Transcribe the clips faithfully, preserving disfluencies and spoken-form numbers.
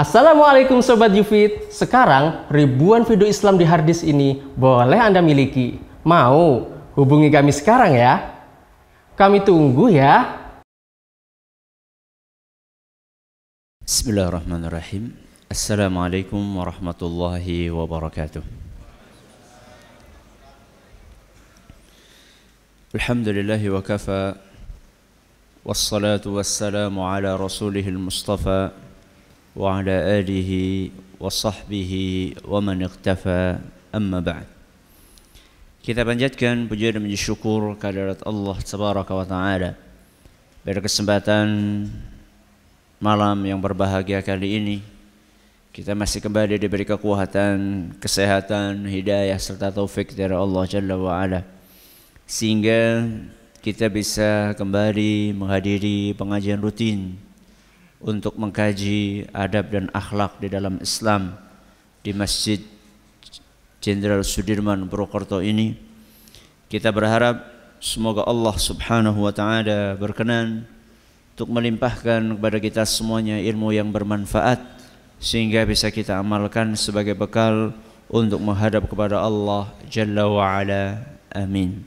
Assalamualaikum Sobat Yufid. Sekarang ribuan video Islam di harddisk ini boleh Anda miliki. Mau? Hubungi kami sekarang ya. Kami tunggu ya. Bismillahirrahmanirrahim. Assalamualaikum warahmatullahi wabarakatuh. Alhamdulillahi wa kafa. Wassalatu wassalamu ala rasulihil mustafa wa ala alihi wa sahbihi wa man iqtafa, amma ba'd. Kita panjatkan puji dan puji syukur kehadirat Allah tabaraka wa ta'ala pada kesempatan malam yang berbahagia kali ini. Kita masih kembali diberi kekuatan, kesehatan, hidayah serta taufik dari Allah Jalla wa Ala, sehingga kita bisa kembali menghadiri pengajian rutin untuk mengkaji adab dan akhlak di dalam Islam di Masjid Jenderal Sudirman Purwokerto ini. Kita berharap semoga Allah Subhanahu wa taala berkenan untuk melimpahkan kepada kita semuanya ilmu yang bermanfaat sehingga bisa kita amalkan sebagai bekal untuk menghadap kepada Allah Jalla wa Ala. Amin.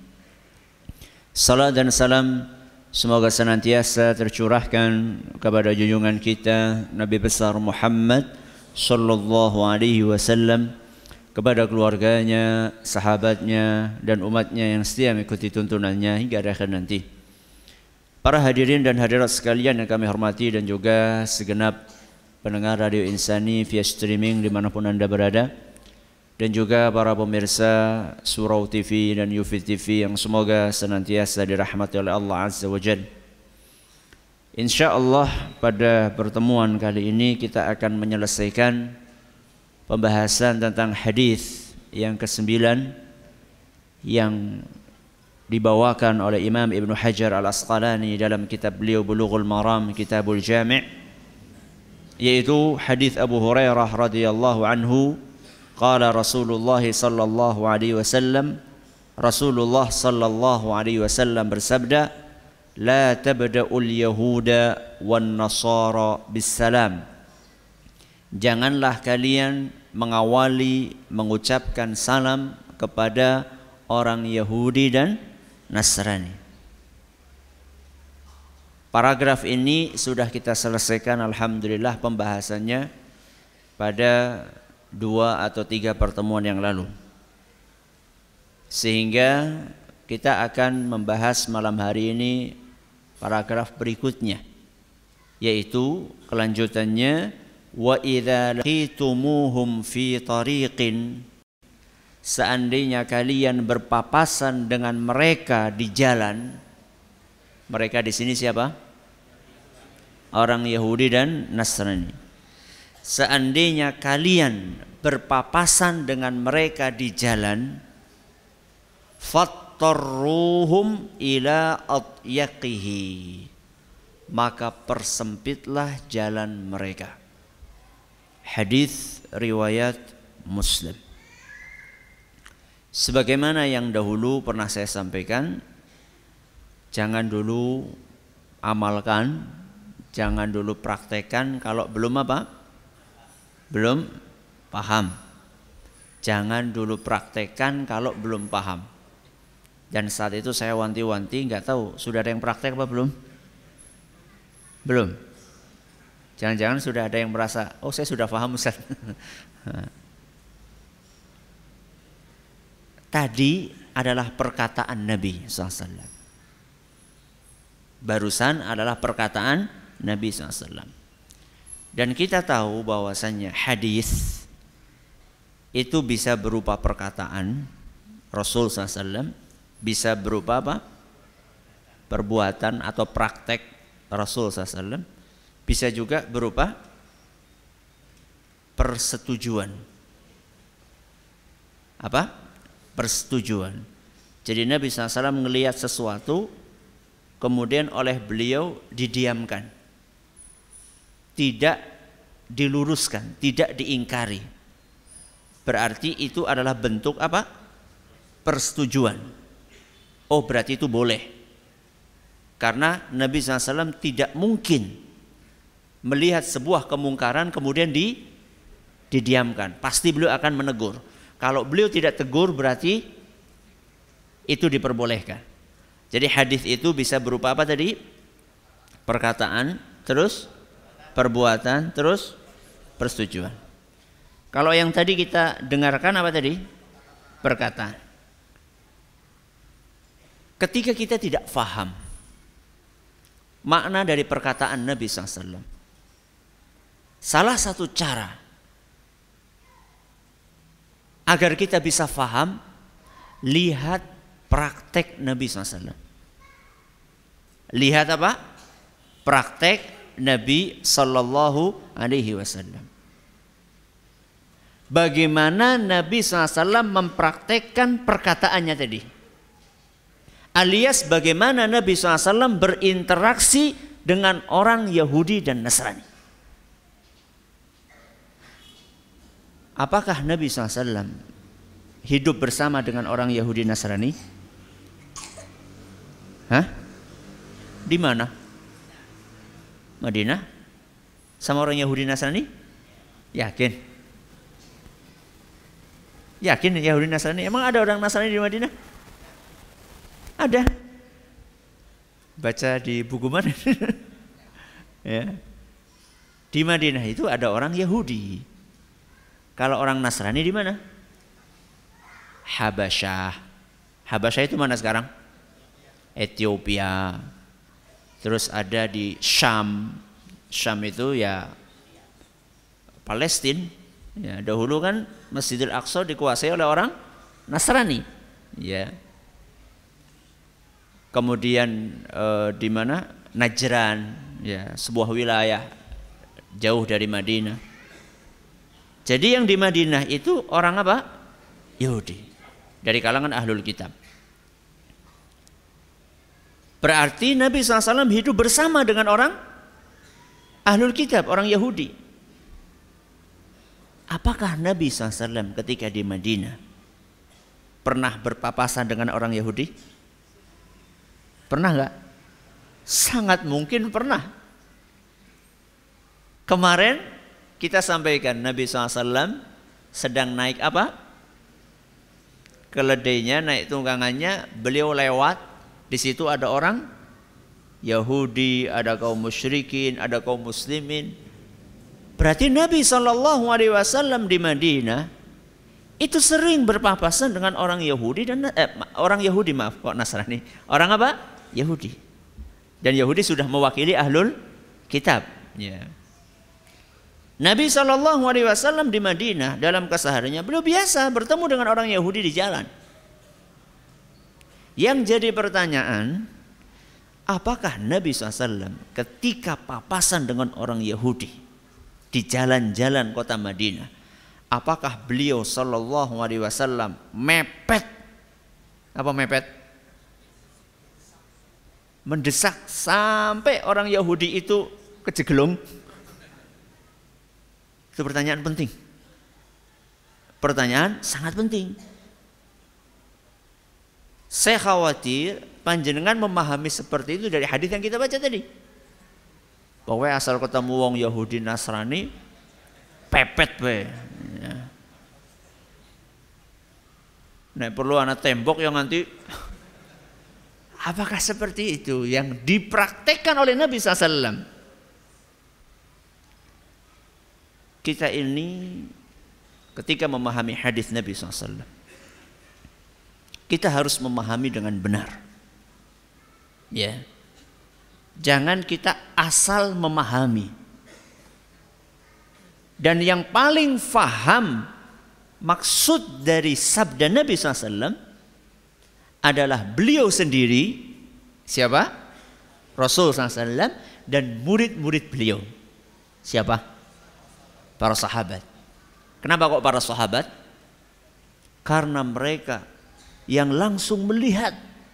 Salat dan salam semoga senantiasa tercurahkan kepada junjungan kita Nabi besar Muhammad sallallahu alaihi wasallam, kepada keluarganya, sahabatnya dan umatnya yang setia mengikuti tuntunannya hingga akhir nanti. Para hadirin dan hadirat sekalian yang kami hormati dan juga segenap pendengar Radio Insani via streaming dimanapun Anda berada, dan juga para pemirsa Surau T V dan Yufid T V yang semoga senantiasa dirahmati oleh Allah Azza wa Jalla. InsyaAllah pada pertemuan kali ini kita akan menyelesaikan pembahasan tentang hadis yang kesembilan yang dibawakan oleh Imam Ibn Hajar Al-Asqalani dalam kitab beliau Bulughul Maram Kitabul Jami', yaitu hadis Abu Hurairah radhiyallahu anhu. Qala Rasulullah sallallahu alaihi wasallam, Rasulullah sallallahu alaihi wasallam bersabda, la tabda'ul yahuda wan nasara bisalam. Janganlah kalian mengawali mengucapkan salam kepada orang Yahudi dan Nasrani. Paragraf ini sudah kita selesaikan alhamdulillah pembahasannya pada dua atau tiga pertemuan yang lalu, sehingga kita akan membahas malam hari ini paragraf berikutnya, yaitu kelanjutannya, wa idza laqitumuhum fi tariqin, seandainya kalian berpapasan dengan mereka di jalan. Mereka di sini siapa? Orang Yahudi dan Nasrani. Seandainya kalian berpapasan dengan mereka di jalan, fattarruhum ila atyaqihi, maka persempitlah jalan mereka. Hadis riwayat Muslim. Sebagaimana yang dahulu pernah saya sampaikan, jangan dulu amalkan, jangan dulu praktekkan kalau belum apa? Belum paham. Jangan dulu praktekkan kalau belum paham. Dan saat itu saya wanti-wanti, nggak tahu sudah ada yang praktek apa belum? Belum. Jangan-jangan sudah ada yang merasa, oh saya sudah paham Ustaz. Tadi adalah perkataan Nabi shallallahu alaihi wasallam. Barusan adalah perkataan Nabi shallallahu alaihi wasallam. Dan kita tahu bahwasannya hadis itu bisa berupa perkataan Rasul shallallahu alaihi wasallam, bisa berupa apa? Perbuatan atau praktek Rasul shallallahu alaihi wasallam, bisa juga berupa persetujuan. Apa? Persetujuan. Jadi Nabi shallallahu alaihi wasallam melihat sesuatu, kemudian oleh beliau didiamkan, tidak diluruskan, tidak diingkari. Berarti itu adalah bentuk apa? Persetujuan. Oh berarti itu boleh. Karena Nabi shallallahu alaihi wasallam tidak mungkin melihat sebuah kemungkaran kemudian di, didiamkan, pasti beliau akan menegur. Kalau beliau tidak tegur berarti itu diperbolehkan. Jadi hadis itu bisa berupa apa tadi? Perkataan, terus perbuatan, terus persetujuan. Kalau yang tadi kita dengarkan apa tadi? Perkataan. Ketika kita tidak faham makna dari perkataan Nabi shallallahu alaihi wasallam, salah satu cara agar kita bisa faham, lihat praktek Nabi shallallahu alaihi wasallam. Lihat apa? Praktek Nabi Sallallahu Alaihi Wasallam. Bagaimana Nabi shallallahu alaihi wasallam mempraktekkan perkataannya tadi, alias bagaimana Nabi shallallahu alaihi wasallam berinteraksi dengan orang Yahudi dan Nasrani. Apakah Nabi shallallahu alaihi wasallam hidup bersama dengan orang Yahudi Nasrani? Hah? Di mana? Madinah? Sama orang Yahudi Nasrani? Yakin? Yakin Yahudi Nasrani? Emang ada orang Nasrani di Madinah? Ada. Baca di buku mana? Ya. Di Madinah itu ada orang Yahudi. Kalau orang Nasrani di mana? Habasyah. Habasyah itu mana sekarang? Ethiopia. Terus ada di Syam. Syam itu ya Palestina. Ya, dahulu kan Masjidil Aqsa dikuasai oleh orang Nasrani. Ya. Kemudian eh, di mana? Najran, ya, sebuah wilayah jauh dari Madinah. Jadi yang di Madinah itu orang apa? Yahudi, dari kalangan ahlul kitab. Berarti Nabi shallallahu alaihi wasallam hidup bersama dengan orang ahlul kitab, orang Yahudi. Apakah Nabi shallallahu alaihi wasallam ketika di Madinah pernah berpapasan dengan orang Yahudi? Pernah enggak? Sangat mungkin pernah. Kemarin kita sampaikan Nabi shallallahu alaihi wasallam sedang naik apa? Keledainya, naik tunggangannya, beliau lewat. Di situ ada orang Yahudi, ada kaum musyrikin, ada kaum muslimin. Berarti Nabi shallallahu alaihi wasallam di Madinah itu sering berpapasan dengan orang Yahudi dan eh, orang Yahudi maaf kok Nasrani. Orang apa? Yahudi. Dan Yahudi sudah mewakili ahlul kitab. Ya. Nabi shallallahu alaihi wasallam di Madinah dalam kesehariannya beliau biasa bertemu dengan orang Yahudi di jalan. Yang jadi pertanyaan, apakah Nabi shallallahu alaihi wasallam ketika papasan dengan orang Yahudi di jalan-jalan kota Madinah, apakah beliau shallallahu alaihi wasallam mepet? Apa mepet? Mendesak sampai orang Yahudi itu kejegelung? Itu pertanyaan penting. Pertanyaan sangat penting. Saya khawatir panjenengan memahami seperti itu dari hadis yang kita baca tadi. Bahwa asal ketemu wong Yahudi Nasrani pepet we. Ya. Nah, perlu anak tembok yang nanti. Apakah seperti itu yang dipraktekkan oleh Nabi shallallahu alaihi wasallam? Kita ini ketika memahami hadis Nabi shallallahu alaihi wasallam, kita harus memahami dengan benar. Ya. Jangan kita asal memahami. Dan yang paling faham maksud dari sabda Nabi shallallahu alaihi wasallam adalah beliau sendiri. Siapa? Rasul shallallahu alaihi wasallam dan murid-murid beliau. Siapa? Para sahabat. Kenapa kok para sahabat? Karena mereka yang langsung melihat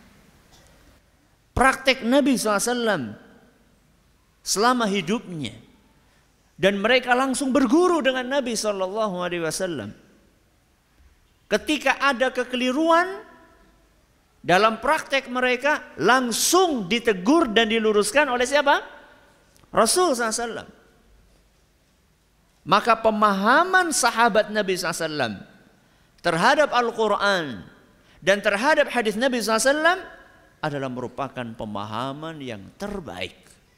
praktek Nabi shallallahu alaihi wasallam selama hidupnya, dan mereka langsung berguru dengan Nabi shallallahu alaihi wasallam. Ketika ada kekeliruan dalam praktek mereka, langsung ditegur dan diluruskan oleh siapa? Rasul shallallahu alaihi wasallam. Maka pemahaman sahabat Nabi shallallahu alaihi wasallam terhadap Al-Quran dan terhadap hadis Nabi shallallahu alaihi wasallam adalah merupakan pemahaman yang terbaik.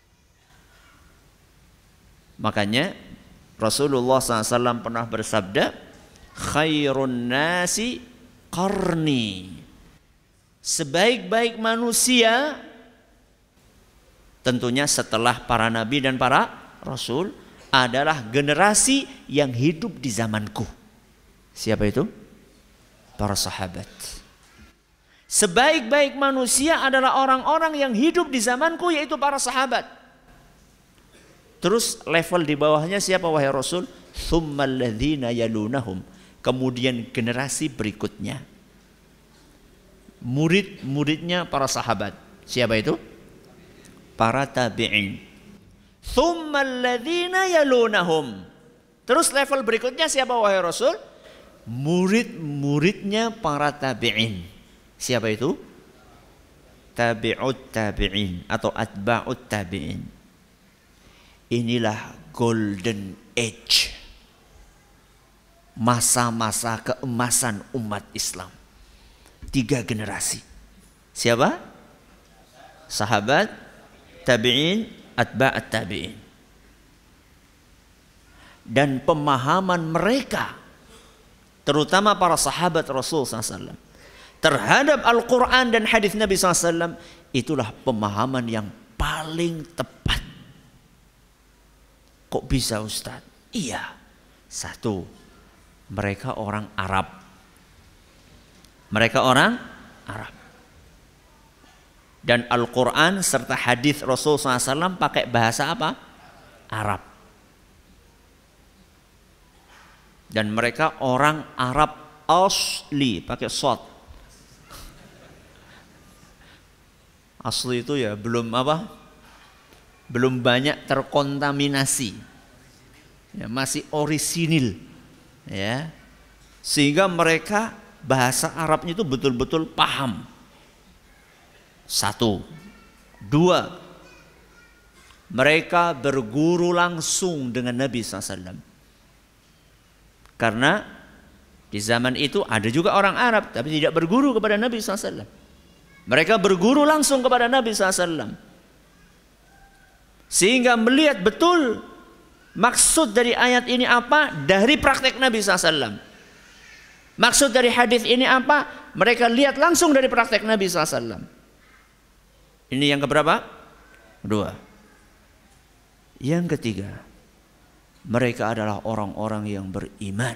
Makanya Rasulullah shallallahu alaihi wasallam pernah bersabda, khairun nasi qarni. Sebaik-baik manusia tentunya setelah para nabi dan para rasul adalah generasi yang hidup di zamanku. Siapa itu? Para sahabat. Sebaik-baik manusia adalah orang-orang yang hidup di zamanku, yaitu para sahabat. Terus level di bawahnya siapa wahai Rasul? Tsummal ladzina yalunahum. Kemudian generasi berikutnya, murid-muridnya para sahabat. Siapa itu? Para tabi'in. Tsummal ladzina yalunahum. Terus level berikutnya siapa wahai Rasul? Murid-muridnya para tabi'in. Siapa itu? Tabi'ut tabi'in atau atba'ut tabi'in. Inilah golden age, masa-masa keemasan umat Islam. Tiga generasi. Siapa? Sahabat, tabi'in, atba'at tabi'in. Dan pemahaman mereka, terutama para sahabat Rasul sallallahu alaihi wasallam, terhadap Al-Quran dan hadis Nabi sallallahu alaihi wasallam, itulah pemahaman yang paling tepat. Kok bisa Ustaz? Iya. Satu, mereka orang Arab. Mereka orang Arab. Dan Al-Quran serta hadis Rasul sallallahu alaihi wasallam pakai bahasa apa? Arab. Dan mereka orang Arab asli, pakai shad. Asli itu ya belum apa? Belum banyak terkontaminasi. Ya, masih orisinil. Ya. Sehingga mereka bahasa Arabnya itu betul-betul paham. Satu. Dua, mereka berguru langsung dengan Nabi sallallahu alaihi wasallam. Karena di zaman itu ada juga orang Arab tapi tidak berguru kepada Nabi sallallahu alaihi wasallam. Mereka berguru langsung kepada Nabi sallallahu alaihi wasallam. Sehingga melihat betul maksud dari ayat ini apa dari praktek Nabi sallallahu alaihi wasallam. Maksud dari hadis ini apa? Mereka lihat langsung dari praktek Nabi sallallahu alaihi wasallam. Ini yang keberapa? Dua. Yang ketiga, mereka adalah orang-orang yang beriman.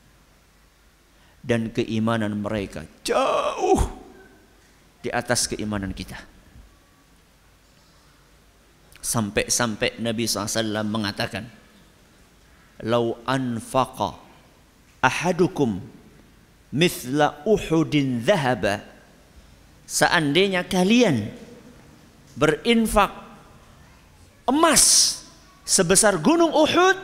Dan keimanan mereka jauh di atas keimanan kita. Sampai-sampai Nabi sallallahu alaihi wasallam mengatakan, "Lau anfaqa ahadukum mithla Uhudin dhahaba." Seandainya kalian berinfak emas sebesar gunung Uhud.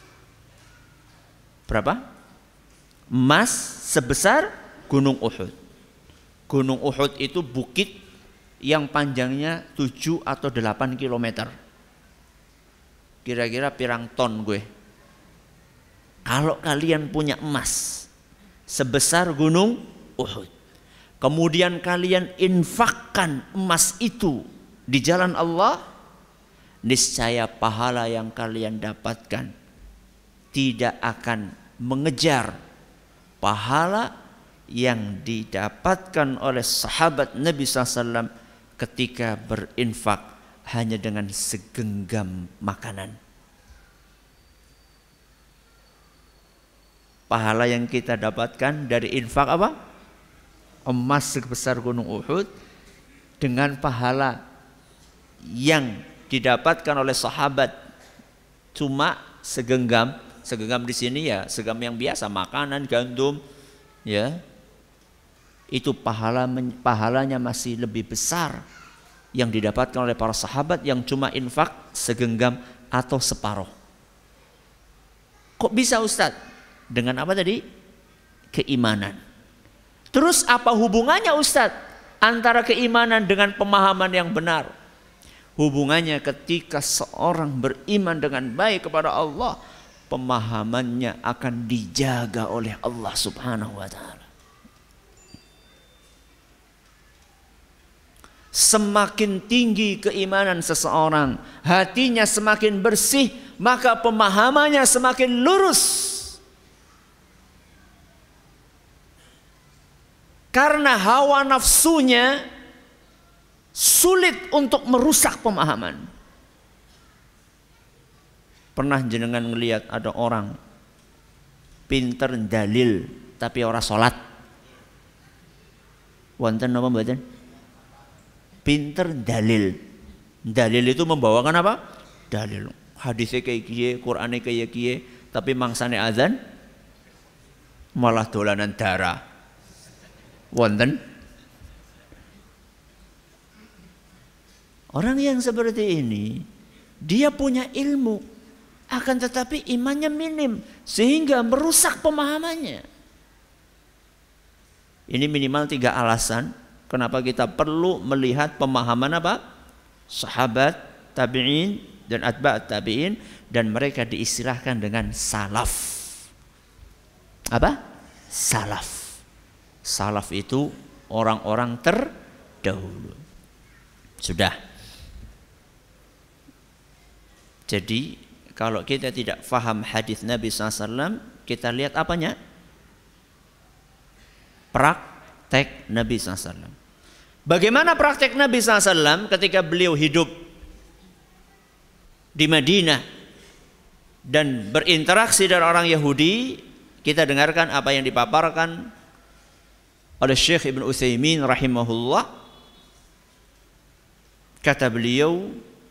Berapa? Emas sebesar gunung Uhud. Gunung Uhud itu bukit yang panjangnya tujuh atau delapan kilometer. Kira-kira pirang ton gue. Kalau kalian punya emas sebesar gunung Uhud, kemudian kalian infakkan emas itu di jalan Allah, niscaya pahala yang kalian dapatkan tidak akan mengejar pahala yang didapatkan oleh sahabat Nabi sallallahu alaihi wasallam ketika berinfak hanya dengan segenggam makanan. Pahala yang kita dapatkan dari infak apa? Emas sebesar gunung Uhud dengan pahala yang didapatkan oleh sahabat cuma segenggam. Segenggam di sini ya segenggam yang biasa, makanan, gandum, ya. Itu pahala pahalanya masih lebih besar yang didapatkan oleh para sahabat yang cuma infak segenggam atau separuh. Kok bisa Ustadz? Dengan apa tadi? Keimanan. Terus apa hubungannya Ustadz antara keimanan dengan pemahaman yang benar? Hubungannya ketika seorang beriman dengan baik kepada Allah, pemahamannya akan dijaga oleh Allah Subhanahu wa taala. Semakin tinggi keimanan seseorang, hatinya semakin bersih, maka pemahamannya semakin lurus. Karena hawa nafsunya sulit untuk merusak pemahaman. Pernah jenengan ngelihat ada orang pinter dalil tapi ora salat? Wonten napa mboten? Pinter dalil. Dalil itu membawakan apa? Dalil. Hadisnya kayak kiye, Qur'ane kayak kiye, tapi mangsane azan malah dolanan darah. Wonten? Orang yang seperti ini, dia punya ilmu, akan tetapi imannya minim, sehingga merusak pemahamannya. Ini minimal tiga alasan kenapa kita perlu melihat pemahaman apa? Sahabat, tabi'in, dan atba'at tabi'in, dan mereka diistilahkan dengan salaf. Apa? Salaf. Salaf itu orang-orang terdahulu. Sudah. Jadi kalau kita tidak faham hadis Nabi shallallahu alaihi wasallam, kita lihat apanya? Praktek Nabi shallallahu alaihi wasallam. Bagaimana praktek Nabi shallallahu alaihi wasallam ketika beliau hidup di Madinah dan berinteraksi dengan orang Yahudi? Kita dengarkan apa yang dipaparkan oleh Syekh Ibn Utsaimin rahimahullah. Kata beliau,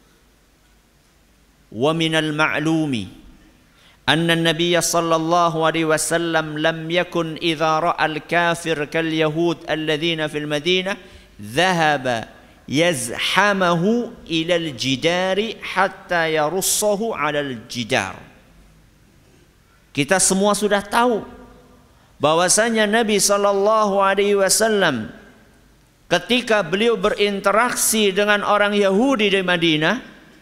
wa minal ma'lumi anna an-nabiy sallallahu alaihi wasallam lam yakun idza ra'a al-kafir kal yahud alladhina fil madinah dhahaba yazhamahu ila al-jidari hatta yarussahu 'ala al-jidar. Kita semua sudah tahu bahwasanya Nabi sallallahu alaihi wasallam ketika beliau berinteraksi dengan orang Yahudi di Madinah,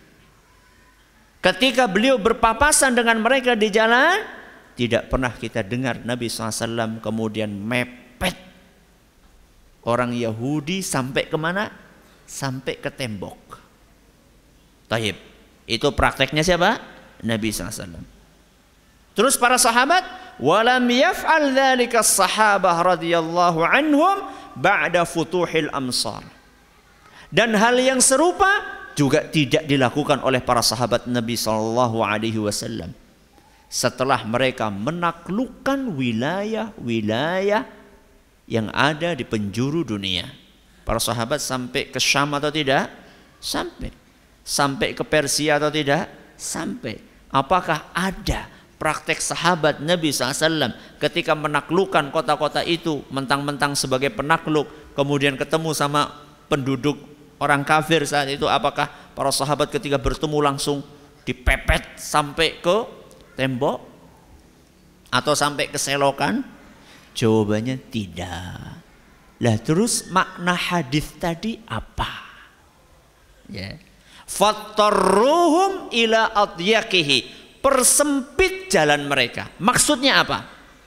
ketika beliau berpapasan dengan mereka di jalan, tidak pernah kita dengar Nabi shallallahu alaihi wasallam kemudian mepet orang Yahudi sampai kemana? Sampai ke tembok. Taib. Itu prakteknya siapa? Nabi shallallahu alaihi wasallam. Terus para sahabat, walam yaf'al dzalika as-sahabah radhiyallahu anhum ba'da futuhil amsar. Dan hal yang serupa juga tidak dilakukan oleh para sahabat Nabi sallallahu alaihi wasallam setelah mereka menaklukkan wilayah-wilayah yang ada di penjuru dunia. Para sahabat sampai ke Syam atau tidak? Sampai. Sampai ke Persia atau tidak? Sampai. Apakah ada praktek sahabat Nabi shallallahu alaihi wasallam ketika menaklukkan kota-kota itu, mentang-mentang sebagai penakluk, kemudian ketemu sama penduduk orang kafir saat itu, apakah para sahabat ketika bertemu langsung dipepet sampai ke tembok atau sampai ke selokan? Jawabannya tidak. Lah terus makna hadis tadi apa? Ya. Fattarruhum ila adyaqihi, persempit jalan mereka. Maksudnya apa?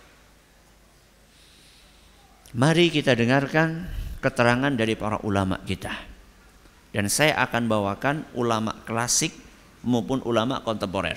Mari kita dengarkan keterangan dari para ulama kita. Dan saya akan bawakan ulama klasik maupun ulama kontemporer,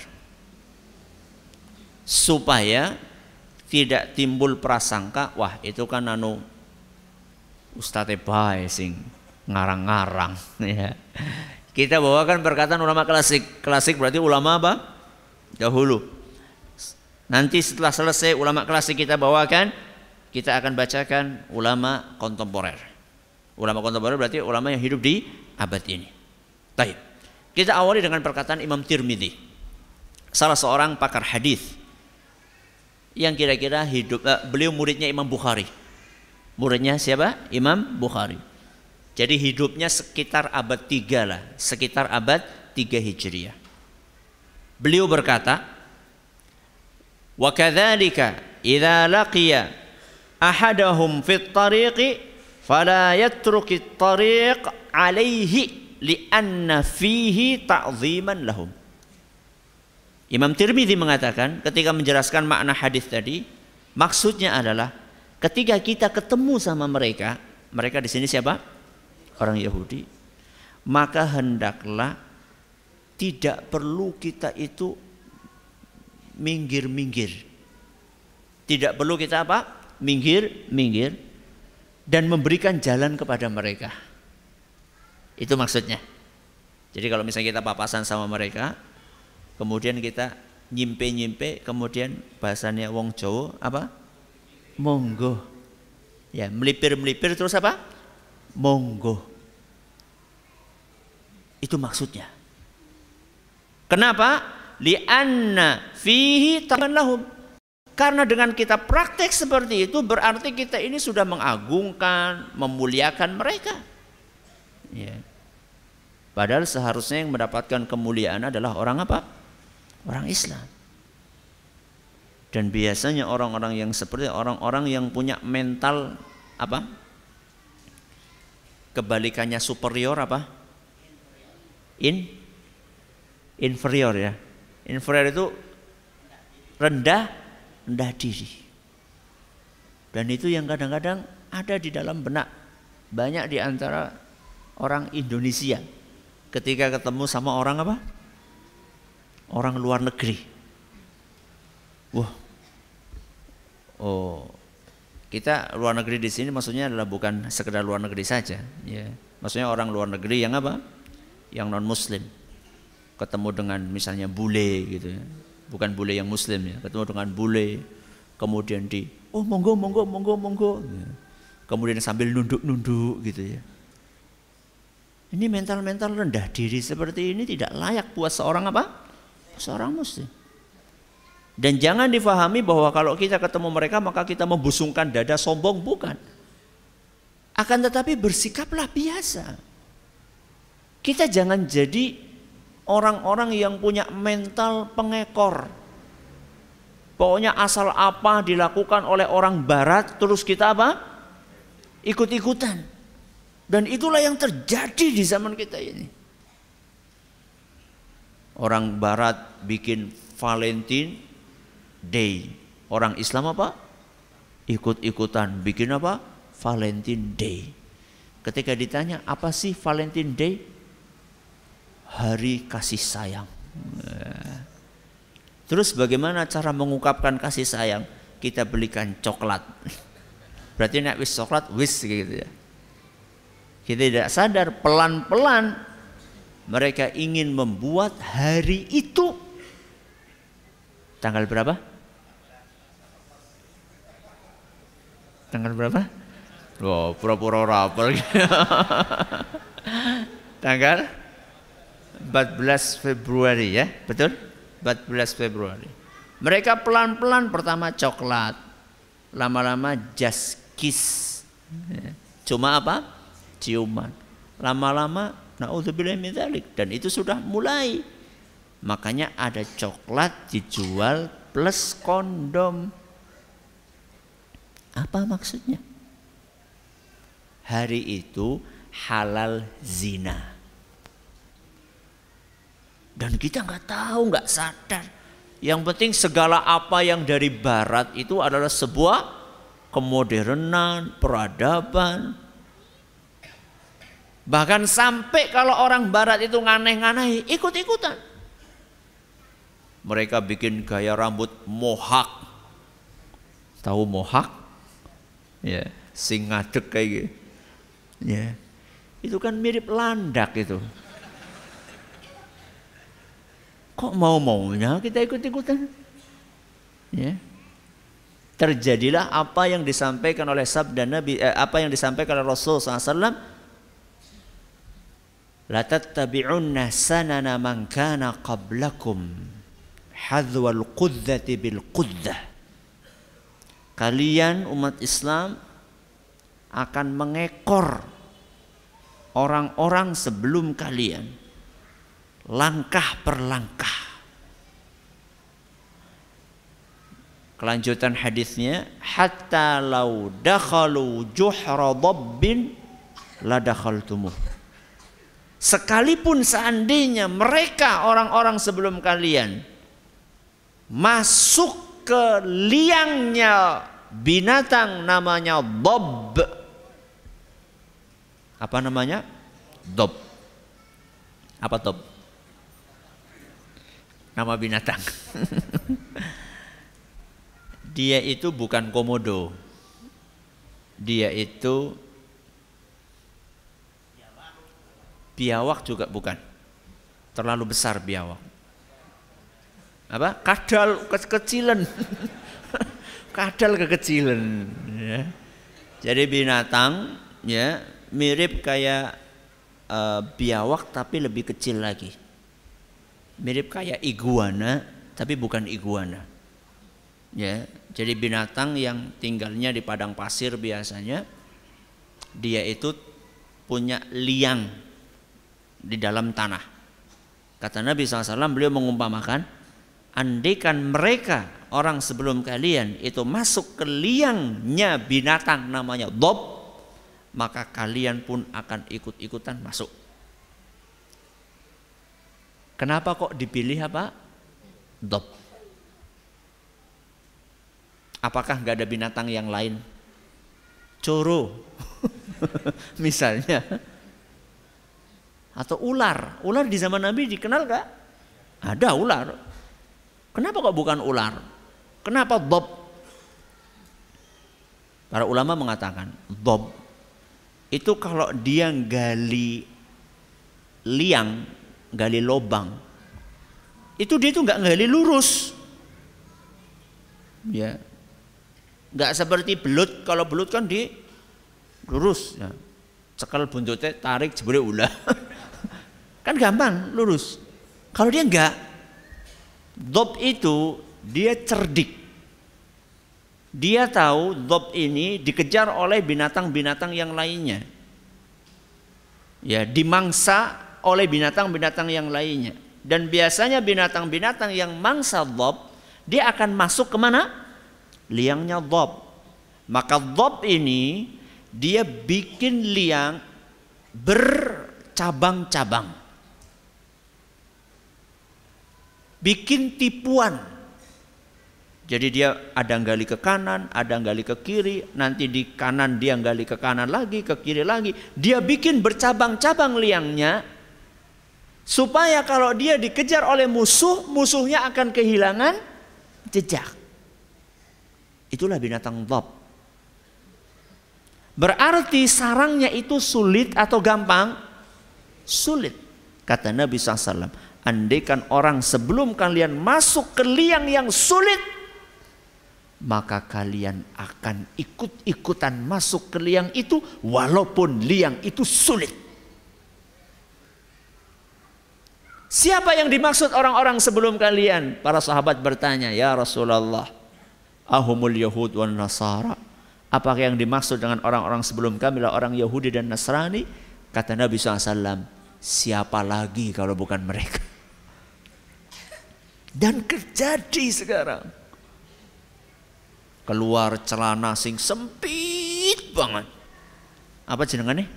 supaya tidak timbul prasangka, wah itu kan anu Ustadz bae sing ngarang-ngarang. Ya. Kita bawakan perkataan ulama klasik. Klasik berarti ulama apa? Dahulu. Nanti setelah selesai ulama klasik kita bawakan, kita akan bacakan ulama kontemporer. Ulama kontemporer berarti ulama yang hidup di abad ini. Baik. Kita awali dengan perkataan Imam Tirmidzi, salah seorang pakar hadis yang kira-kira hidup, eh, beliau muridnya Imam Bukhari. Muridnya siapa? Imam Bukhari. Jadi hidupnya sekitar abad tiga lah, sekitar abad tiga Hijriah. Beliau berkata, wa kadzalika idza laqiya ahadahum fit tariqi fala yatrukit tariq alaihi li'anna fihi ta'ziman lahum. Imam Tirmidzi mengatakan ketika menjelaskan makna hadis tadi, maksudnya adalah ketika kita ketemu sama mereka, mereka di sini siapa? Orang Yahudi. Maka hendaklah tidak perlu kita itu minggir-minggir. Tidak perlu kita apa? Minggir-minggir dan memberikan jalan kepada mereka. Itu maksudnya. Jadi kalau misalnya kita papasan sama mereka, kemudian kita nyimpe-nyimpe, kemudian bahasanya wong Jawa apa? Monggo. Ya, melipir-melipir terus apa? Monggo. Itu maksudnya. Kenapa? Li'anna fihi taban lahum. Karena dengan kita praktek seperti itu berarti kita ini sudah mengagungkan, memuliakan mereka. Ya. Padahal seharusnya yang mendapatkan kemuliaan adalah orang apa? Orang Islam. Dan biasanya orang-orang yang seperti orang-orang yang punya mental apa? Kebalikannya superior apa? In inferior ya. Inferior itu rendah, rendah diri. Dan itu yang kadang-kadang ada di dalam benak banyak di antara orang Indonesia ketika ketemu sama orang apa? Orang luar negeri. Wah. Oh. Kita luar negeri di sini maksudnya adalah bukan sekedar luar negeri saja, ya. Maksudnya orang luar negeri yang apa? Yang non muslim. Ketemu dengan misalnya bule gitu ya. Bukan bule yang muslim ya, ketemu dengan bule, kemudian di oh monggo monggo monggo monggo. Ya. Kemudian sambil nunduk-nunduk gitu ya. Ini mental-mental rendah diri seperti ini tidak layak buat seorang apa? Seorang muslim. Dan jangan difahami bahwa kalau kita ketemu mereka maka kita membusungkan dada sombong, bukan. Akan tetapi bersikaplah biasa. Kita jangan jadi orang-orang yang punya mental pengekor. Pokoknya asal apa dilakukan oleh orang barat terus kita apa? Ikut-ikutan. Dan itulah yang terjadi di zaman kita ini. Orang barat bikin Valentine Day. Orang Islam apa? Ikut-ikutan bikin apa? Valentine Day. Ketika ditanya apa sih Valentine Day? Hari kasih sayang. Terus bagaimana cara mengungkapkan kasih sayang? Kita belikan coklat. Berarti nek wis coklat wis gitu ya. Kita tidak sadar pelan-pelan mereka ingin membuat hari itu tanggal berapa? Tanggal berapa? Oh, pura-pura rapper. Tanggal empat belas Februari ya, betul? empat belas Februari. Mereka pelan-pelan pertama coklat, lama-lama just kiss. Cuma apa? Ciuman. Lama-lama naudzubillahi min dzalik, dan itu sudah mulai. Makanya ada coklat dijual plus kondom. Apa maksudnya? Hari itu halal zina. Dan kita nggak tahu, nggak sadar. Yang penting segala apa yang dari barat itu adalah sebuah kemodernan, peradaban. Bahkan sampai kalau orang barat itu nganeh-nganeh, ikut-ikutan. Mereka bikin gaya rambut mohak. Tahu mohak? Ya, sing ngadeg kayak gitu. Ya. Itu kan mirip landak itu. Kok mau-maunya kita ikut-ikutan? Ya. Terjadilah apa yang disampaikan oleh sabda Nabi, eh, apa yang disampaikan oleh Rasul sallallahu alaihi wasallam. La tattabi'unna sanana man kana qablakum hadwal qudzati bil qudzah. Kalian umat Islam akan mengekor orang-orang sebelum kalian, langkah per langkah. Kelanjutan hadisnya, hatta law dakhalu juhra dabbin la dakhaltumuh. Sekalipun seandainya mereka orang-orang sebelum kalian masuk ke liangnya binatang namanya dhab. Apa namanya? Dhab. Apa dhab? Nama binatang. Dia itu bukan komodo. Dia itu biawak juga bukan. Terlalu besar biawak. Apa? Kadal kekecilan. Kadal kekecilan. Ya. Jadi binatang ya mirip kayak uh, biawak tapi lebih kecil lagi. Mirip kayak iguana tapi bukan iguana. Ya, jadi binatang yang tinggalnya di padang pasir biasanya. Dia itu punya liang di dalam tanah. Kata Nabi shallallahu alaihi wasallam, beliau mengumpamakan, andaikan mereka orang sebelum kalian itu masuk ke liangnya binatang namanya dhab, maka kalian pun akan ikut-ikutan masuk. Kenapa kok dipilih apa? Dhab. Apakah nggak ada binatang yang lain? Coro, misalnya, atau ular. Ular di zaman Nabi dikenal nggak? Ada ular. Kenapa kok bukan ular? Kenapa dhab? Para ulama mengatakan dhab itu kalau dia gali liang, gali lobang, itu dia itu nggak gali lurus, ya, nggak seperti belut. Kalau belut kan di lurus, ya. Cekal buntutnya, tarik jebule ulah, kan gampang lurus. Kalau dia nggak, dhab itu dia cerdik. Dia tahu dhab ini dikejar oleh binatang-binatang yang lainnya, ya, dimangsa oleh binatang-binatang yang lainnya. Dan biasanya binatang-binatang yang mangsa dhab, dia akan masuk kemana? Liangnya dhab. Maka dhab ini dia bikin liang bercabang-cabang, bikin tipuan. Jadi dia ada gali ke kanan, ada gali ke kiri, nanti di kanan dia gali ke kanan lagi, ke kiri lagi. Dia bikin bercabang-cabang liangnya, supaya kalau dia dikejar oleh musuh, musuhnya akan kehilangan jejak. Itulah binatang dhab. Berarti sarangnya itu sulit atau gampang? Sulit. Kata Nabi shallallahu alaihi wasallam, andaikan orang sebelum kalian masuk ke liang yang sulit, maka kalian akan ikut-ikutan masuk ke liang itu walaupun liang itu sulit. Siapa yang dimaksud orang-orang sebelum kalian? Para sahabat bertanya, ya Rasulullah, ahumul yahud wan nasara? Apakah yang dimaksud dengan orang-orang sebelum kami adalah orang Yahudi dan Nasrani? Kata Nabi shallallahu alaihi wasallam, siapa lagi kalau bukan mereka? Dan terjadi sekarang. Keluar celana sing sempit banget. Apa jenengannya?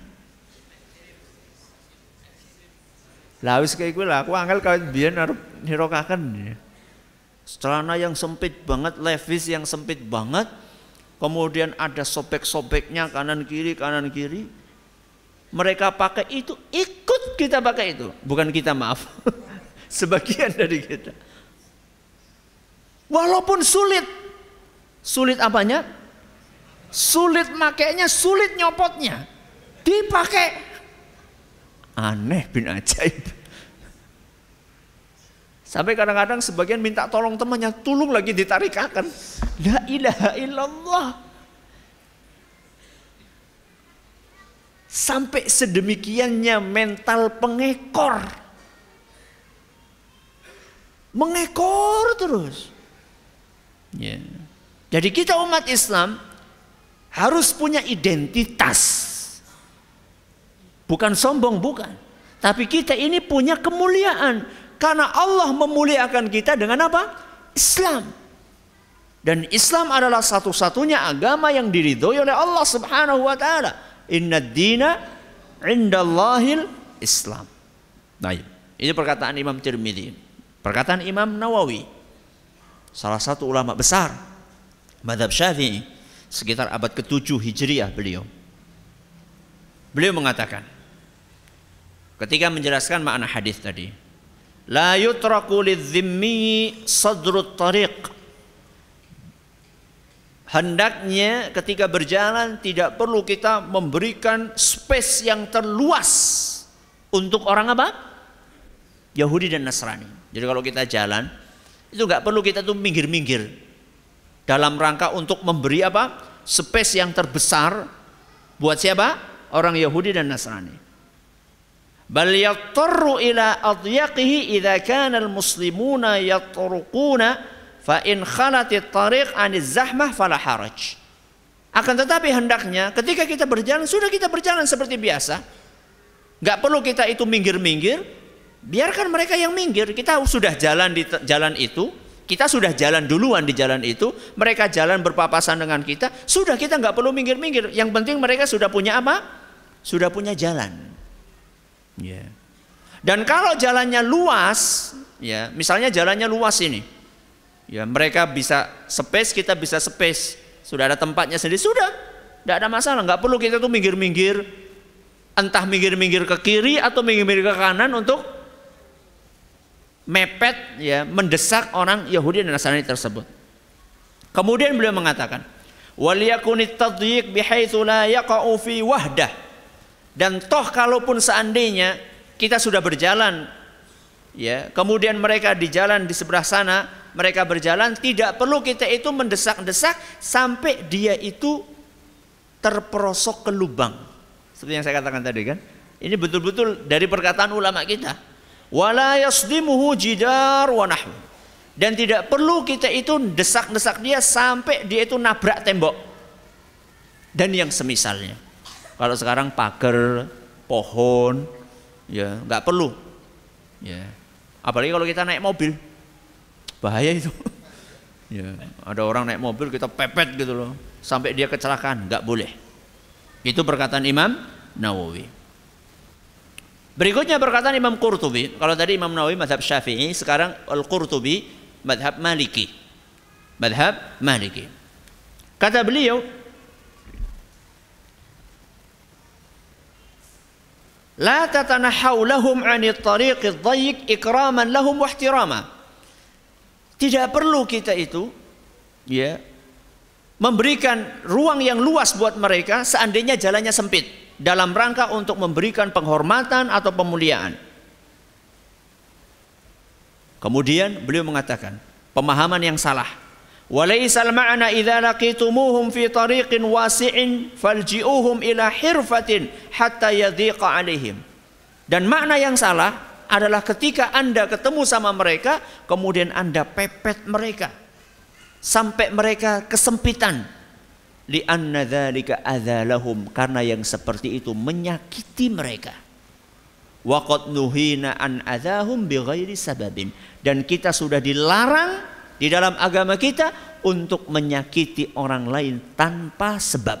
Lah wis kayak gue lah, aku angel kawin biyen arep nirokaken. Celana yang sempit banget, levis yang sempit banget. Kemudian ada sobek-sobeknya kanan kiri kanan kiri. Mereka pakai itu, ikut kita pakai itu. Bukan kita, maaf. Sebagian dari kita. Walaupun sulit. Sulit apanya? Sulit makainya, sulit nyopotnya. Dipakai. Aneh bin ajaib. Sampai kadang-kadang sebagian minta tolong temannya, tolong lagi ditarikakan. La ilaha illallah. Sampai sedemikiannya mental pengekor. Mengekor terus. Ya. Jadi kita umat Islam harus punya identitas. Bukan sombong, bukan. Tapi kita ini punya kemuliaan. Karena Allah memuliakan kita dengan apa? Islam. Dan Islam adalah satu-satunya agama yang diridhoi oleh Allah Subhanahu wa taala. Inna dina indallahil Islam. Nah, ini perkataan Imam Tirmidzi, perkataan Imam Nawawi. salah satu ulama besar mazhab Syafi'i, sekitar abad ketujuh Hijriah beliau. Beliau mengatakan ketika menjelaskan makna hadis tadi, la yutraku lidzimmi sadrut tariq. Hendaknya ketika berjalan tidak perlu kita memberikan space yang terluas untuk orang apa? Yahudi dan Nasrani. Jadi kalau kita jalan itu nggak perlu kita tuh minggir-minggir dalam rangka untuk memberi apa? Space yang terbesar buat siapa? Orang Yahudi dan Nasrani. Bal yattarru ila adyaqihi idza kana al-muslimuna yatruquna fa in khalat at-tariq 'an az-zahmah fala haraj. Akan tetapi hendaknya ketika kita berjalan sudah kita berjalan seperti biasa. Enggak perlu kita itu minggir-minggir, biarkan mereka yang minggir. Kita sudah jalan di jalan itu, kita sudah jalan duluan di jalan itu, mereka jalan berpapasan dengan kita, sudah kita enggak perlu minggir-minggir. Yang penting mereka sudah punya apa? Sudah punya jalan. Ya. Dan kalau jalannya luas, ya, misalnya jalannya luas ini, ya mereka bisa space, kita bisa space, sudah ada tempatnya sendiri, sudah, tidak ada masalah, nggak perlu kita tuh minggir-minggir, entah minggir-minggir ke kiri atau minggir-minggir ke kanan untuk mepet, ya, mendesak orang Yahudi dan Nasrani tersebut. Kemudian beliau mengatakan, waliyakunit tadyiq bihaitsu la yaqa'u fi wahdah. Dan toh kalaupun seandainya kita sudah berjalan, ya, kemudian mereka di jalan di sebelah sana, mereka berjalan, tidak perlu kita itu mendesak-desak sampai dia itu terperosok ke lubang. Seperti yang saya katakan tadi kan, ini betul-betul dari perkataan ulama kita. Wala yasdimuhu jidar wa nahwu. Dan tidak perlu kita itu desak-desak dia sampai dia itu nabrak tembok dan yang semisalnya. Kalau sekarang pagar, pohon, ya nggak perlu, ya. Apalagi kalau kita naik mobil, bahaya itu. Ya, ada orang naik mobil kita pepet gitu loh, sampai dia kecelakaan, nggak boleh. Itu perkataan Imam Nawawi. Berikutnya perkataan Imam Qurtubi. Kalau tadi Imam Nawawi mazhab Syafi'i, sekarang Al-Qurtubi mazhab Maliki. Mazhab Maliki. Kata beliau, la tatanahaw lahum 'anil tariqid dhayyiq ikraman lahum wa ihtirama. Tidak perlu kita itu, ya, memberikan ruang yang luas buat mereka seandainya jalannya sempit, dalam rangka untuk memberikan penghormatan atau pemuliaan. Kemudian beliau mengatakan pemahaman yang salah. Walaisal ma'na idza laqitumuhum fi tariqin wasi'in falji'uhum ila hirfatin hatta yadhiqa 'alaihim. Dan makna yang salah adalah ketika Anda ketemu sama mereka, kemudian Anda pepet mereka sampai mereka kesempitan. Li'anna dzalika adzalahum, karena yang seperti itu menyakiti mereka. Wa qad nuhina an adzahum bighairi sababin, dan kita sudah dilarang di dalam agama kita untuk menyakiti orang lain tanpa sebab.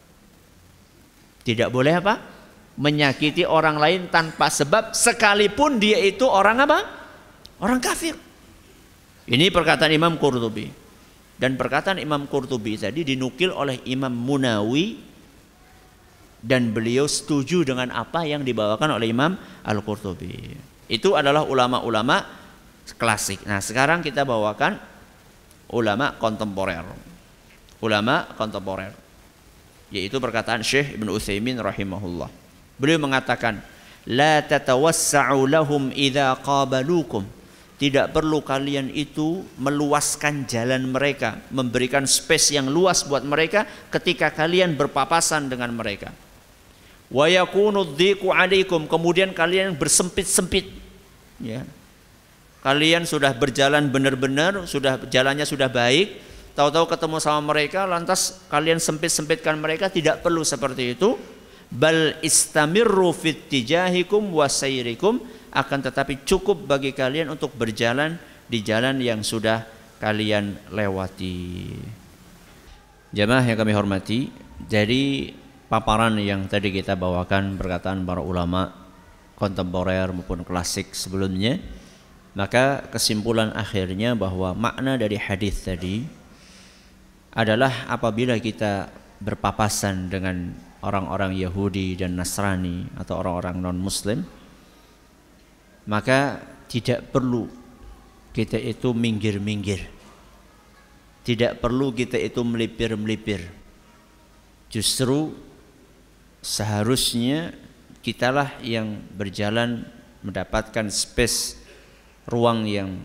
Tidak boleh apa? Menyakiti orang lain tanpa sebab, sekalipun dia itu orang apa? Orang kafir. Ini perkataan Imam Qurtubi. Dan perkataan Imam Qurtubi tadi dinukil oleh Imam Munawi, dan beliau setuju dengan apa yang dibawakan oleh Imam Al-Qurtubi. Itu adalah ulama-ulama klasik. Nah, sekarang kita bawakan ulama kontemporer. Ulama kontemporer, yaitu perkataan Syekh Ibnu Utsaimin rahimahullah. Beliau mengatakan, la tatawassa'u lahum idza qabalukum. Tidak perlu kalian itu meluaskan jalan mereka, memberikan space yang luas buat mereka ketika kalian berpapasan dengan mereka. Wa yakunu dhiqu 'alaikum, kemudian kalian bersempit-sempit, ya. Kalian sudah berjalan benar-benar, sudah jalannya sudah baik, tahu-tahu ketemu sama mereka lantas kalian sempit-sempitkan mereka. Tidak perlu seperti itu. Bal istamirru fit tijahikum wasairikum, akan tetapi cukup bagi kalian untuk berjalan di jalan yang sudah kalian lewati. Jamaah yang kami hormati, dari paparan yang tadi kita bawakan perkataan para ulama kontemporer maupun klasik sebelumnya, Maka kesimpulan akhirnya bahwa makna dari hadis tadi adalah apabila kita berpapasan dengan orang-orang Yahudi dan Nasrani atau orang-orang non-Muslim, maka tidak perlu kita itu minggir-minggir, tidak perlu kita itu melipir-melipir. Justru seharusnya kitalah yang berjalan mendapatkan space, ruang yang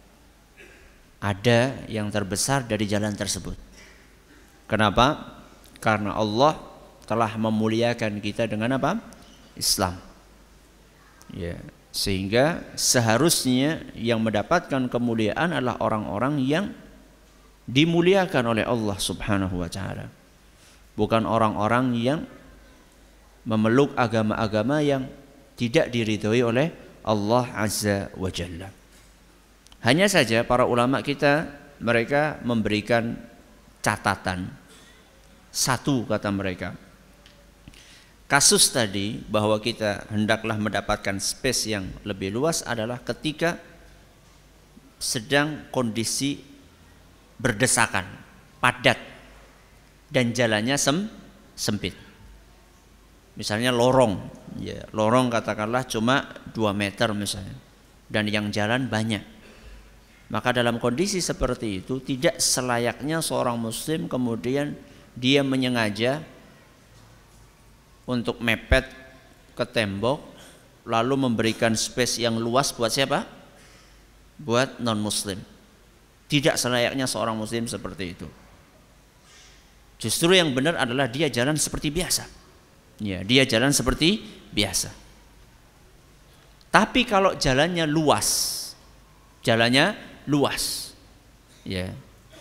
ada yang terbesar dari jalan tersebut. Kenapa? Karena Allah telah memuliakan kita dengan apa? Islam. Ya, sehingga seharusnya yang mendapatkan kemuliaan adalah orang-orang yang dimuliakan oleh Allah Subhanahu wa taala. Bukan orang-orang yang memeluk agama-agama yang tidak diridhoi oleh Allah Azza wa Jalla. Hanya saja para ulama kita, mereka memberikan catatan. Satu, kata mereka, kasus tadi bahwa kita hendaklah mendapatkan space yang lebih luas adalah ketika sedang kondisi berdesakan, padat, dan jalannya sem, sempit. Misalnya lorong, ya, lorong katakanlah cuma dua meter misalnya, dan yang jalan banyak. Maka dalam kondisi seperti itu tidak selayaknya seorang muslim kemudian dia menyengaja untuk mepet ke tembok lalu memberikan space yang luas buat siapa? Buat non muslim. Tidak selayaknya seorang muslim seperti itu. Justru yang benar adalah dia jalan seperti biasa. Ya, dia jalan seperti biasa. Tapi kalau jalannya luas, jalannya luas, ya,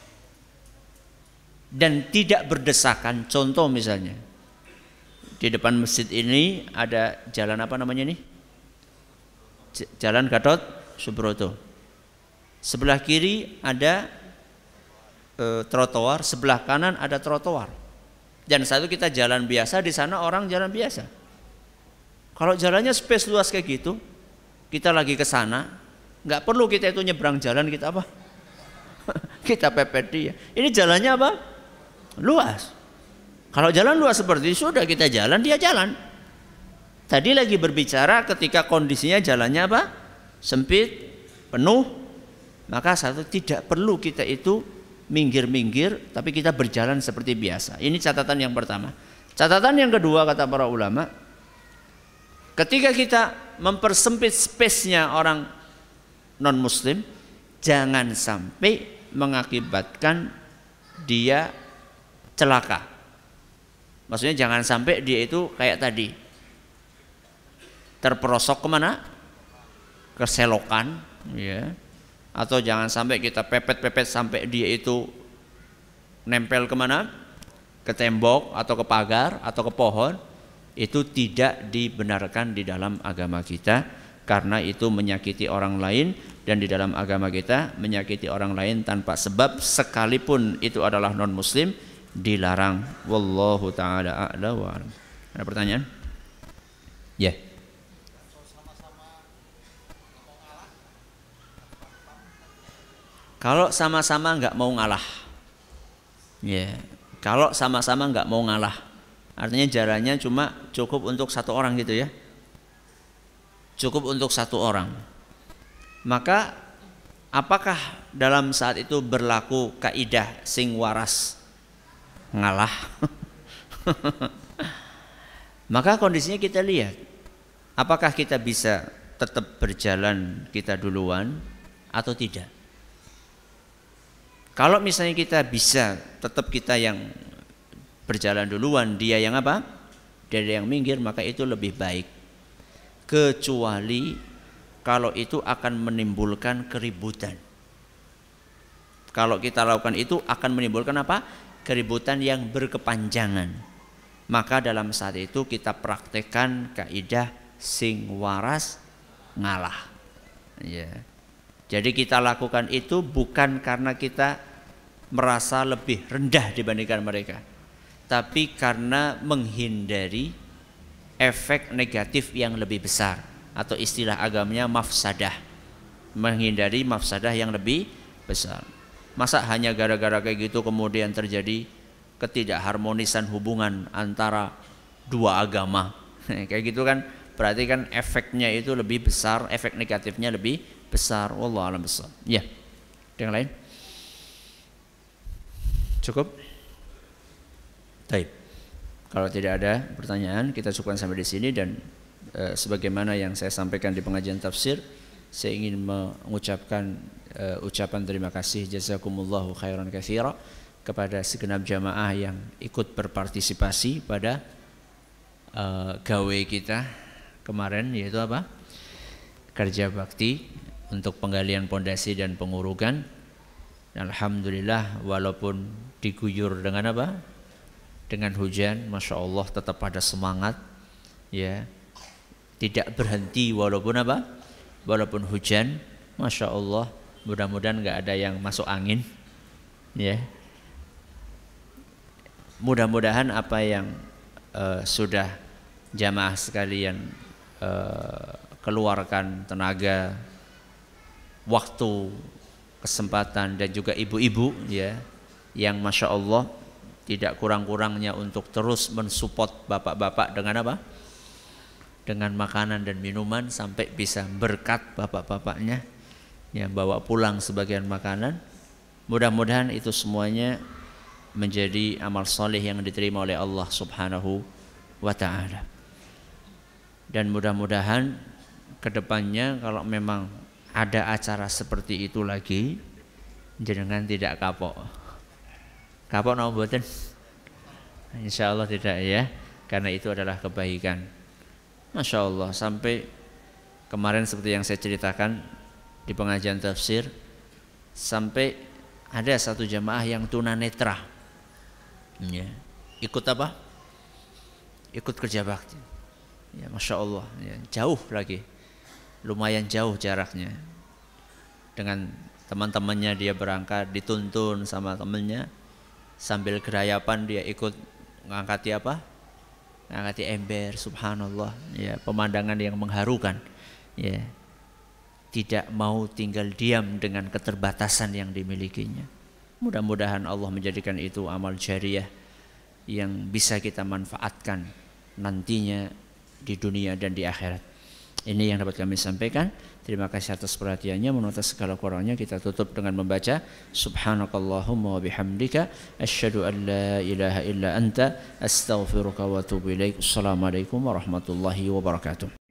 dan tidak berdesakan. Contoh misalnya, di depan masjid ini ada jalan apa namanya nih? Jalan Gatot Subroto. Sebelah kiri ada e, trotoar, sebelah kanan ada trotoar. Dan satu kita jalan biasa, di sana orang jalan biasa. Kalau jalannya space luas kayak gitu, kita lagi ke sana, nggak perlu kita itu nyebrang jalan, kita apa? Kita pepet dia. Ini jalannya apa? Luas. Kalau jalan luas seperti itu, sudah kita jalan, dia jalan. Tadi lagi berbicara ketika kondisinya jalannya apa? Sempit, penuh. Maka satu, tidak perlu kita itu minggir-minggir, tapi kita berjalan seperti biasa. Ini catatan yang pertama. Catatan yang kedua, kata para ulama, ketika kita mempersempit space-nya orang non-muslim, jangan sampai mengakibatkan dia celaka. Maksudnya jangan sampai dia itu kayak tadi, terperosok kemana? Ke selokan, ya. Atau jangan sampai kita pepet-pepet sampai dia itu nempel kemana? Ke tembok atau ke pagar atau ke pohon. Itu tidak dibenarkan di dalam agama kita, karena itu menyakiti orang lain, dan di dalam agama kita menyakiti orang lain tanpa sebab sekalipun itu adalah non muslim dilarang. Wallahu taala a'la wa a'lam. Ada pertanyaan? Ya. Yeah. Kalau sama-sama nggak mau ngalah, ya. Yeah. Kalau sama-sama nggak mau ngalah, artinya jalannya cuma cukup untuk satu orang gitu ya, cukup untuk satu orang. Maka apakah dalam saat itu berlaku kaidah sing waras ngalah? Maka kondisinya kita lihat, apakah kita bisa tetap berjalan kita duluan atau tidak. Kalau misalnya kita bisa tetap kita yang berjalan duluan, dia yang apa? Dia yang minggir, maka itu lebih baik. Kecuali kalau itu akan menimbulkan keributan. Kalau kita lakukan itu akan menimbulkan apa? Keributan yang berkepanjangan. Maka dalam saat itu kita praktekkan kaidah sing waras ngalah. Ya. Jadi kita lakukan itu bukan karena kita merasa lebih rendah dibandingkan mereka, tapi karena menghindari efek negatif yang lebih besar, atau istilah agamanya mafsadah. menghindari mafsadah yang lebih besar. Masa hanya gara-gara kayak gitu kemudian terjadi ketidakharmonisan hubungan antara dua agama. Kayak gitu kan berarti kan efeknya itu lebih besar, efek negatifnya lebih besar. Wallahu a'lam bishawab. Ya. Yang lain? Cukup? Baik. Kalau tidak ada pertanyaan, kita cukupkan sampai di sini dan e, sebagaimana yang saya sampaikan di pengajian tafsir, saya ingin mengucapkan e, ucapan terima kasih jazakumullahu khairan katsira kepada segenap jamaah yang ikut berpartisipasi pada e, gawe kita kemarin, yaitu apa? Kerja bakti untuk penggalian pondasi dan pengurugan. Alhamdulillah walaupun diguyur dengan apa? Dengan hujan, Masya Allah tetap ada semangat, ya, tidak berhenti walaupun apa? Walaupun hujan, Masya Allah. Mudah-mudahan nggak ada yang masuk angin, ya. Mudah-mudahan apa yang uh, sudah jamaah sekalian uh, keluarkan tenaga, waktu, kesempatan dan juga ibu-ibu, ya, yang Masya Allah tidak kurang-kurangnya untuk terus mensupport bapak-bapak dengan apa? Dengan makanan dan minuman sampai bisa berkat bapak-bapaknya yang bawa pulang sebagian makanan. Mudah-mudahan itu semuanya menjadi amal soleh yang diterima oleh Allah Subhanahu wa ta'ala. Dan mudah-mudahan kedepannya kalau memang ada acara seperti itu lagi, jangan tidak kapok. Kapok napa mboten? Insyaallah tidak ya, karena itu adalah kebaikan. Masya Allah, sampai kemarin seperti yang saya ceritakan di pengajian tafsir, sampai ada satu jamaah yang tunanetra, ya, ikut apa? Ikut kerja bakti. Ya, Masya Allah, ya, jauh lagi, lumayan jauh jaraknya. Dengan teman-temannya dia berangkat, dituntun sama temannya, sambil gerayapan dia ikut ngangkati apa? Ngangkati ember, subhanallah, ya, pemandangan yang mengharukan, ya. Tidak mau tinggal diam dengan keterbatasan yang dimilikinya. Mudah-mudahan Allah menjadikan itu amal jariyah yang bisa kita manfaatkan nantinya di dunia dan di akhirat. Ini yang dapat kami sampaikan. Terima kasih atas perhatiannya. Menurut segala kurangnya kita tutup dengan membaca subhanakallahumma wa bihamdika asyhadu an la ilaha illa anta astaghfiruka wa atubu ilaik. Assalamualaikum warahmatullahi wabarakatuh.